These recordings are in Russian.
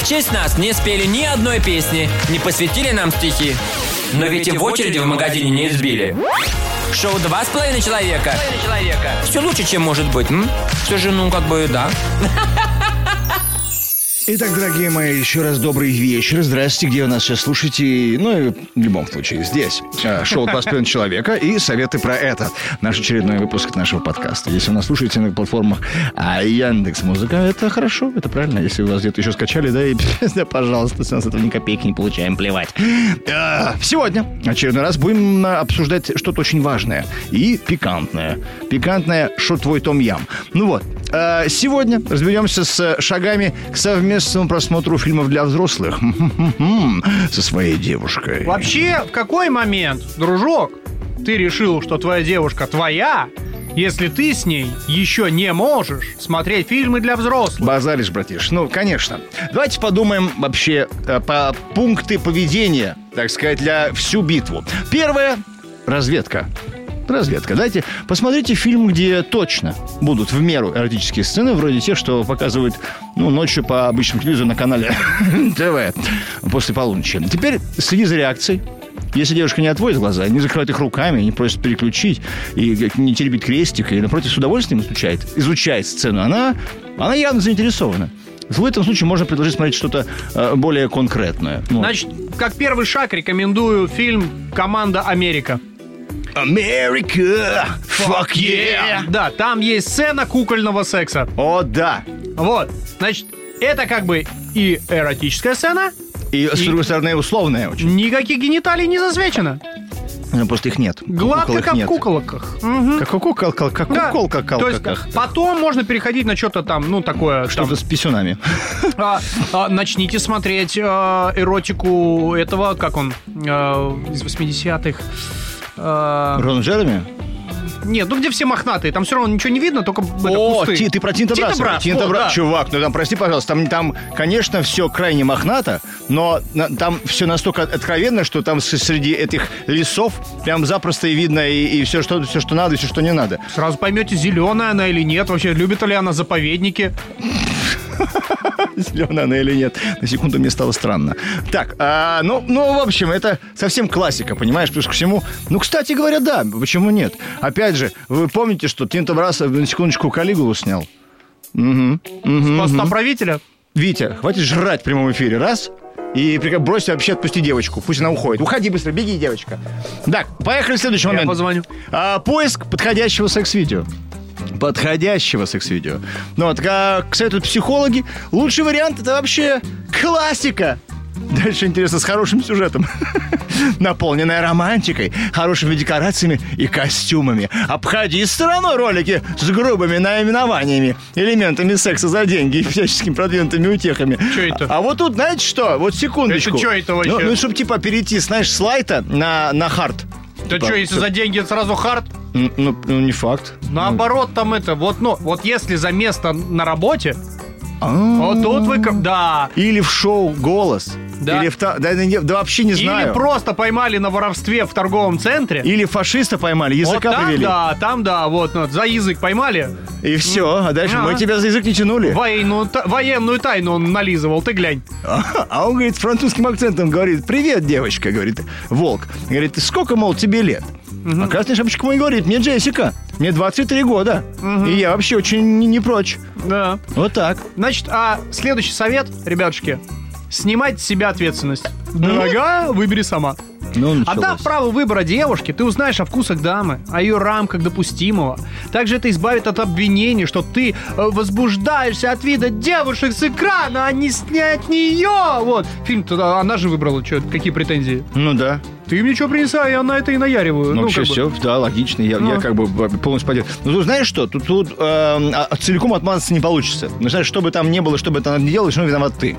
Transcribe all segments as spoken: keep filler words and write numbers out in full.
В честь нас не спели ни одной песни, не посвятили нам стихи. Но ведь и в очереди в магазине не избили. Шоу «Два с половиной человека». Все лучше, чем может быть. М? Все же, ну, как бы, да. Итак, дорогие мои, еще раз добрый вечер. Здравствуйте, где вы нас сейчас слушаете. Ну, и в любом случае, здесь. Шоу «Два с половиной человека» и советы про это. Наш очередной выпуск нашего подкаста. Если вы нас слушаете на платформах Яндекс.Музыка, это хорошо, это правильно. Если вы вас где-то еще скачали, да, и, пожалуйста, с нас этого ни копейки не получаем, плевать. Сегодня, очередной раз, будем обсуждать что-то очень важное и пикантное. Пикантное «Шо твой том-ям». Ну вот, сегодня разберемся с шагами к совместному просмотру фильмов для взрослых со своей девушкой. Вообще, в какой момент, дружок, ты решил, что твоя девушка твоя, если ты с ней еще не можешь смотреть фильмы для взрослых? Базаришь, братиш. Ну, конечно. Давайте подумаем вообще по пункты поведения, так сказать, для всю битву. Первое – разведка. Разведка. Давайте посмотрите фильм, где точно будут в меру эротические сцены, вроде тех, что показывают, ну, ночью по обычному телевизору на канале ТВ после полуночи. Теперь следи за реакцией. Если девушка не отводит глаза, не закрывает их руками, не просит переключить, и не теребит крестик, и, напротив, с удовольствием изучает, изучает сцену, она, она явно заинтересована. В этом случае можно предложить смотреть что-то э, более конкретное. Ну. Значит, как первый шаг рекомендую фильм «Команда Америка». Америка, fuck yeah! Да, там есть сцена кукольного секса. О, да. Вот, значит, это как бы и эротическая сцена, и, с другой стороны, условная очень. Никаких гениталий не засвечено. Ну, просто их нет. Гладко, как в куколках. Угу. Как в куколках, как в да. куколках. То есть потом можно переходить на что-то там, ну, такое... Что-то там, с писюнами. А, а, начните смотреть а, эротику этого, как он, а, из восьмидесятых. А... Рон Джереми? Нет, ну где все мохнатые, там все равно ничего не видно, только О, ты, ты про Тинто Брасса. Брас, Тинто Брасс, да. Чувак, ну там, прости, пожалуйста, там, там, конечно, все крайне мохнато, но на, там все настолько откровенно, что там среди этих лесов прям запросто и видно и, и все, что, все, что надо, и все, что не надо. Сразу поймете, зеленая она или нет, вообще любит ли она заповедники. Зеленая она или нет. На секунду мне стало странно. Так, а, ну, ну, в общем, это совсем классика, понимаешь, плюс ко всему. Ну, кстати говоря, да, почему нет? Опять же, вы помните, что Тинто Брасса на секундочку Калигулу снял? Угу, угу, С поста угу. правителя? Витя, хватит жрать в прямом эфире, раз. И брось вообще, отпусти девочку, пусть она уходит. Уходи быстро, беги, девочка. Так, поехали в следующий момент. Я позвоню. А, поиск подходящего секс-видео. Подходящего секс-видео. Ну вот, как советуют психологи, лучший вариант — это вообще классика. Дальше интересно, с хорошим сюжетом. Наполненная романтикой, хорошими декорациями и костюмами. Обходи стороной ролики с грубыми наименованиями, элементами секса за деньги и всяческими продвинутыми утехами. Что это? А вот тут, знаете что? Вот секундочку. Это что это вообще? Ну, ну чтобы типа перейти, знаешь, с лайта на, на хард. Да типа, что, если за деньги это сразу хард? Ну, ну, ну, не факт. Наоборот, там это, вот, ну, вот если за место на работе, А-а-а. вот тут вы, да. Или в шоу «Голос». Да. Или в та... да, да, да вообще не знаю. Или просто поймали на воровстве в торговом центре. Или фашиста поймали, языка вот там, привели. да, там, да, вот, ну, за язык поймали. И все, а дальше А-а. мы тебя за язык не тянули. Военную, та- военную тайну он нализывал, ты глянь. А он, говорит, с французским акцентом говорит: «Привет, девочка», говорит, волк. Говорит: сколько, мол, тебе лет? Угу. А красная шапочка мой говорит: мне Джессика, мне двадцать три года. Угу. И я вообще очень не, не прочь. Да. Вот так. Значит, а следующий совет, ребятушки: снимать с себя ответственность. Дорогая, выбери сама. Ну, Отдав право выбора девушке, ты узнаешь о вкусах дамы, о ее рамках допустимого. Также это избавит от обвинений, что ты возбуждаешься от вида девушек с экрана, а не снять нее. Вот, фильм-то она же выбрала, что, какие претензии? Ну да. Ты мне что принесла, я на это и наяриваю. Ну, ну вообще все, да, логично. Я, ну. я как бы полностью поддерживаю. Ну, тут знаешь что? Тут, тут э, целиком отмазаться не получится. Ну, знаешь, что бы там ни было, что бы ты не делал, что виноват ты.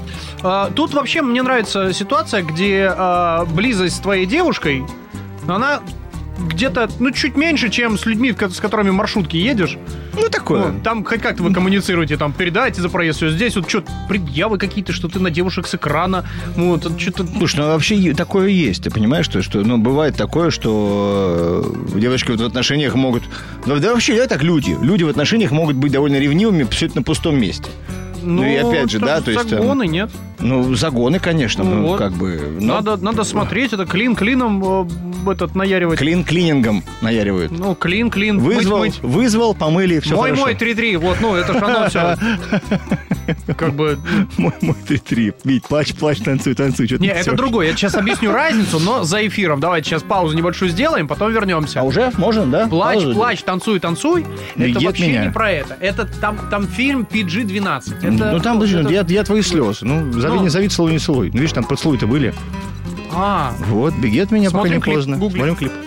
Тут вообще мне нравится ситуация, где а, близость с твоей девушкой, она где-то, ну, чуть меньше, чем с людьми, с которыми в маршрутке едешь. Ну, такое. Ну, там хоть как-то вы коммуницируете, там, передайте за проезд, все. Здесь вот что-то предъявы какие-то, что ты на девушек с экрана. Вот, что-то... Слушай, ну, вообще такое есть, ты понимаешь, что, что ну, бывает такое, что девочки вот в отношениях могут... Да, да вообще, да, так люди. Люди в отношениях могут быть довольно ревнивыми абсолютно на пустом месте. Ну, и опять же, да, то есть... Загоны, там, нет? Ну, загоны, конечно, ну, ну вот. как бы... Ну, надо, надо смотреть, это клин клином э, этот наяривать. Клин клинингом наяривают. Ну, клин, клин, Вызвал, мыть, мыть. вызвал, помыли, все мой, хорошо. Мой, три-три, вот, ну, это же оно все. Как бы... Мой, мой, три-три. Вить, плачь, плачь, танцуй, танцуй. Не, это другое. Я сейчас объясню разницу, но за эфиром. Давайте сейчас паузу небольшую сделаем, потом вернемся. А уже можно, да? Плачь, Паузу плачь, танцуй, танцуй. Бегет Это вообще меня. не про это. Это там, там фильм пи джи двенадцать. Это, Ну, там, подожди, это... я, я твои слезы. Ну, зови, Ну. не зови, целуй, не целуй. Ну, видишь, там поцелуи-то были. А, Вот, бегет меня, Смотрим пока не клип, поздно. гуглим. Смотрим клип.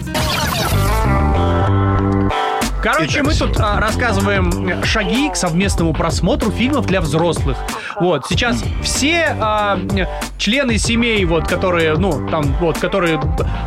короче, Итак, мы всё. тут а, рассказываем шаги к совместному просмотру фильмов для взрослых. Вот, сейчас все а, члены семей, вот, которые, ну, там, вот, которые...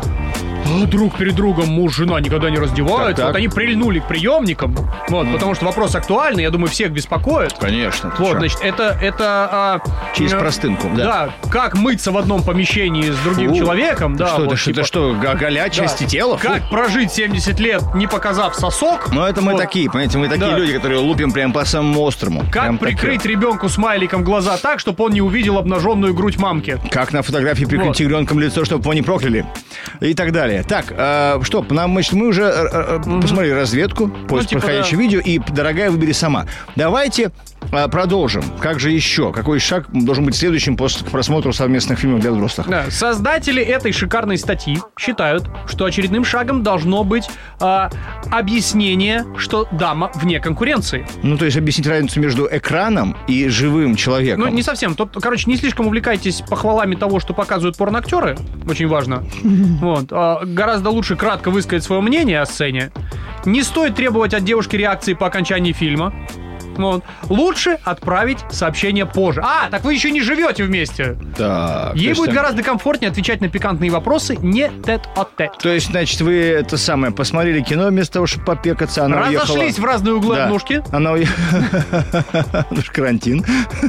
друг перед другом муж, жена никогда не раздеваются. Так, так. Вот они прильнули к приемникам. Вот, потому что вопрос актуальный, я думаю, всех беспокоит. Конечно. ты Вот, чё? значит, это... это а, Через э, простынку, да. Да, как мыться в одном помещении с другим Фу. человеком. Да, что, вот, это, что, типа, это что, оголять да. части тела? Фу. Как прожить семьдесят лет, не показав сосок. Ну, это мы Вот. такие, понимаете, мы такие Да. люди, которые лупим прям по самому острому. Как Прям прикрыть такие. ребенку смайликом глаза так, чтобы он не увидел обнаженную грудь мамки. Как на фотографии прикрыть Вот. тигренком лицо, чтобы его не прокляли. И так далее. Так, э, что, нам, значит, мы уже э, э, посмотрели разведку, поиск типа, проходящего да. видео, и, дорогая, выбери сама. Давайте э, продолжим. Как же еще? Какой шаг должен быть следующим после к просмотру совместных фильмов для взрослых? Да, создатели этой шикарной статьи считают, что очередным шагом должно быть а, объяснение, что дама вне конкуренции. Ну, то есть объяснить разницу между экраном и живым человеком. Ну, не совсем. Тут, короче, не слишком увлекайтесь похвалами того, что показывают порноактеры. Очень важно. Вот. А, гораздо лучше кратко высказать свое мнение о сцене. Не стоит требовать от девушки реакции по окончании фильма. Вот. Лучше отправить сообщение позже. А, так вы еще не живете вместе. Так, то Ей есть будет там- гораздо комфортнее отвечать на пикантные вопросы не тет-а-тет. То есть, значит, вы это самое посмотрели кино вместо того, чтобы попекаться, она Разошлись уехала. в разные углы Да. однушки. Она уехала. Карантин.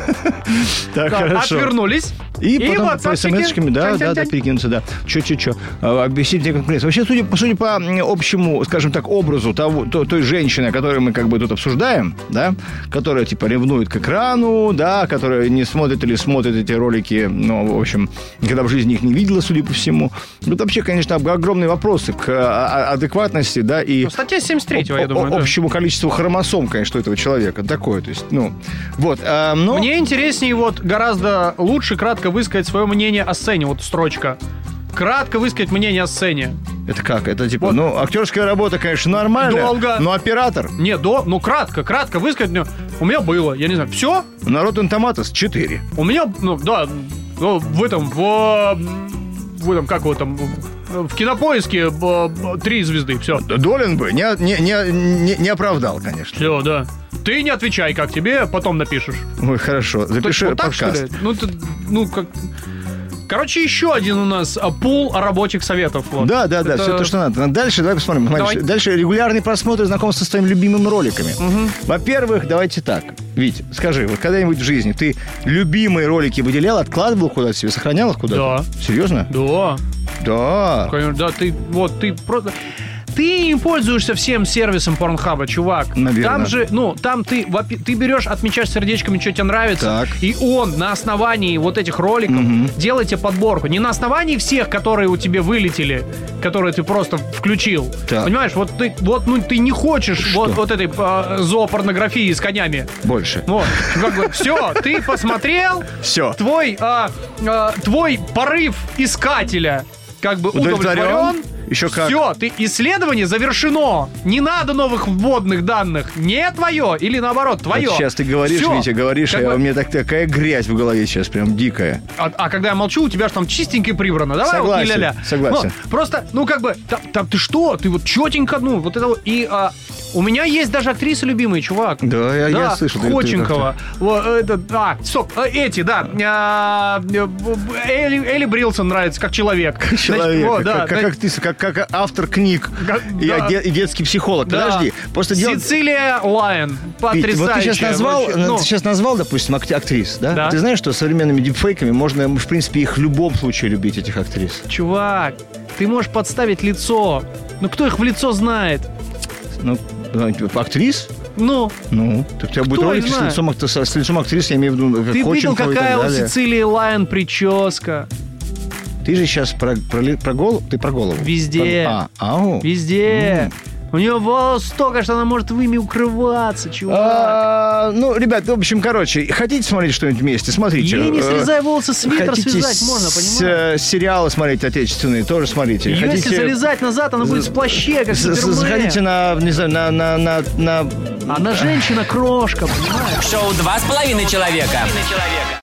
Так, Да, хорошо. отвернулись. И, потом по ватсапчики. смс-очками, да, да, да, Тянь-тянь-тянь. перекинуться, да. Че-че-че. Объяснить мне конкуренцию. Вообще, судя, судя по м, общему, скажем так, образу того, то- той женщины, которую мы как бы тут обсуждаем, да, которая, типа, ревнует к экрану, да, которая не смотрит или смотрит эти ролики, ну, в общем, никогда в жизни их не видела, судя по всему. Тут вообще, конечно, ог- огромные вопросы к а, а, адекватности, да, и... Ну, статья семьдесят третьего, я о- думаю. о- да. общему количеству хромосом, конечно, у этого человека. Такое, то есть, ну, вот. а, но... Мне интереснее вот гораздо лучше кратко высказать свое мнение о сцене. Вот строчка. Кратко высказать мнение о сцене. Это как? Это типа, Вот. ну, актерская работа, конечно, нормальная. Долго. Но оператор. Не, до, ну кратко, кратко высказать мне. У меня было, я не знаю, все. На Rotten Tomatoes четыре. У меня, ну, да, ну, в этом, в, в этом, как его там, в, в Кинопоиске б- три звезды, все. Долин бы не, не, не, не, не оправдал, конечно. Все, да. Ты не отвечай, как тебе, потом напишешь. Ой, хорошо. Запиши Вот так, что подкаст. ли? Ну, ты, ну, как... Короче, еще один у нас а, пул рабочих советов. Вот. Да, да, да, Это- все то, что надо. Дальше давай посмотрим. Смотри, Давай. Дальше регулярный просмотр и знакомство с твоими любимыми роликами. Во-первых, давайте так. Вить, скажи, вот когда-нибудь в жизни ты любимые ролики выделял, откладывал куда-то себе, сохранял их куда-то? Да. Серьезно? Да. Да. Конечно, да, ты, вот, ты просто... Ты не пользуешься всем сервисом Порнхаба, чувак. Наверно. Там же, ну, там ты, вопи- ты берешь, отмечаешь сердечками, что тебе нравится, Так. и он на основании вот этих роликов делает тебе подборку. Не на основании всех, которые у тебя вылетели, которые ты просто включил. Так. Понимаешь, вот ты, вот, ну, ты не хочешь Что? вот, вот этой а, зоопорнографии с конями. Больше. Вот, как бы, все, ты посмотрел, Все. твой, а, а, твой порыв искателя как бы Удовлетворен? удовлетворен. Еще как. Все, ты, исследование завершено. Не надо новых вводных данных. Не твое. Или наоборот, твое. Вот сейчас ты говоришь, Всё. Витя, говоришь, Как а бы- у меня так, такая грязь в голове сейчас, прям дикая. А, а когда я молчу, у тебя же там чистенько и прибрано. Давай вот Согласен, не ля-ля. согласен. Ну, просто, ну как бы, там, там ты что? Ты вот четенько, ну, вот это вот. И а, у меня есть даже актрисы любимые, чувак. Да, я, я слышу. ты- ты Ходченкова. Вот, это, а, стоп, э, эти, да. А, Элли, Элли Брилсон нравится, как человек. как Человек, Значит, вот, как, да, как, значит, актриса, как, как автор книг Как- и, да. оде- и детский психолог. да. Подожди, просто дело... Сицилия Лайон. Вить, Потрясающая. вот ты сейчас назвал, вообще. Ну, ты сейчас назвал, допустим, акти- актрис, да? Да. Ты знаешь, что современными дипфейками можно, в принципе, их в любом случае любить, этих актрис. чувак, ты можешь подставить лицо. Ну кто их в лицо знает? Ну, актрис? Ну, Ну, так у тебя будет Кто ролик их с знает? лицом, акт- с лицом актрисы, я имею в виду, как ты видел, Ходченкову и так какая у далее. Сицилии Лайн прическа? Ты же сейчас про, про, ли- про голову? Ты про голову? Везде. Про- а, ау. Везде. У нее волос столько, что она может в ими укрываться, чувак. А, ну, ребят, в общем, короче, хотите смотреть что-нибудь вместе? Смотрите. Ей не Э, срезай волосы, свитер хотите связать можно, с- понимаешь? э, сериалы смотреть отечественные, тоже смотрите. Ее хотите... если залезать назад, она будет в плаще, как з- з- Супермен. Заходите на, не знаю, на, на, на, на... Она женщина-крошка, понимаешь? Шоу «Два с половиной человека».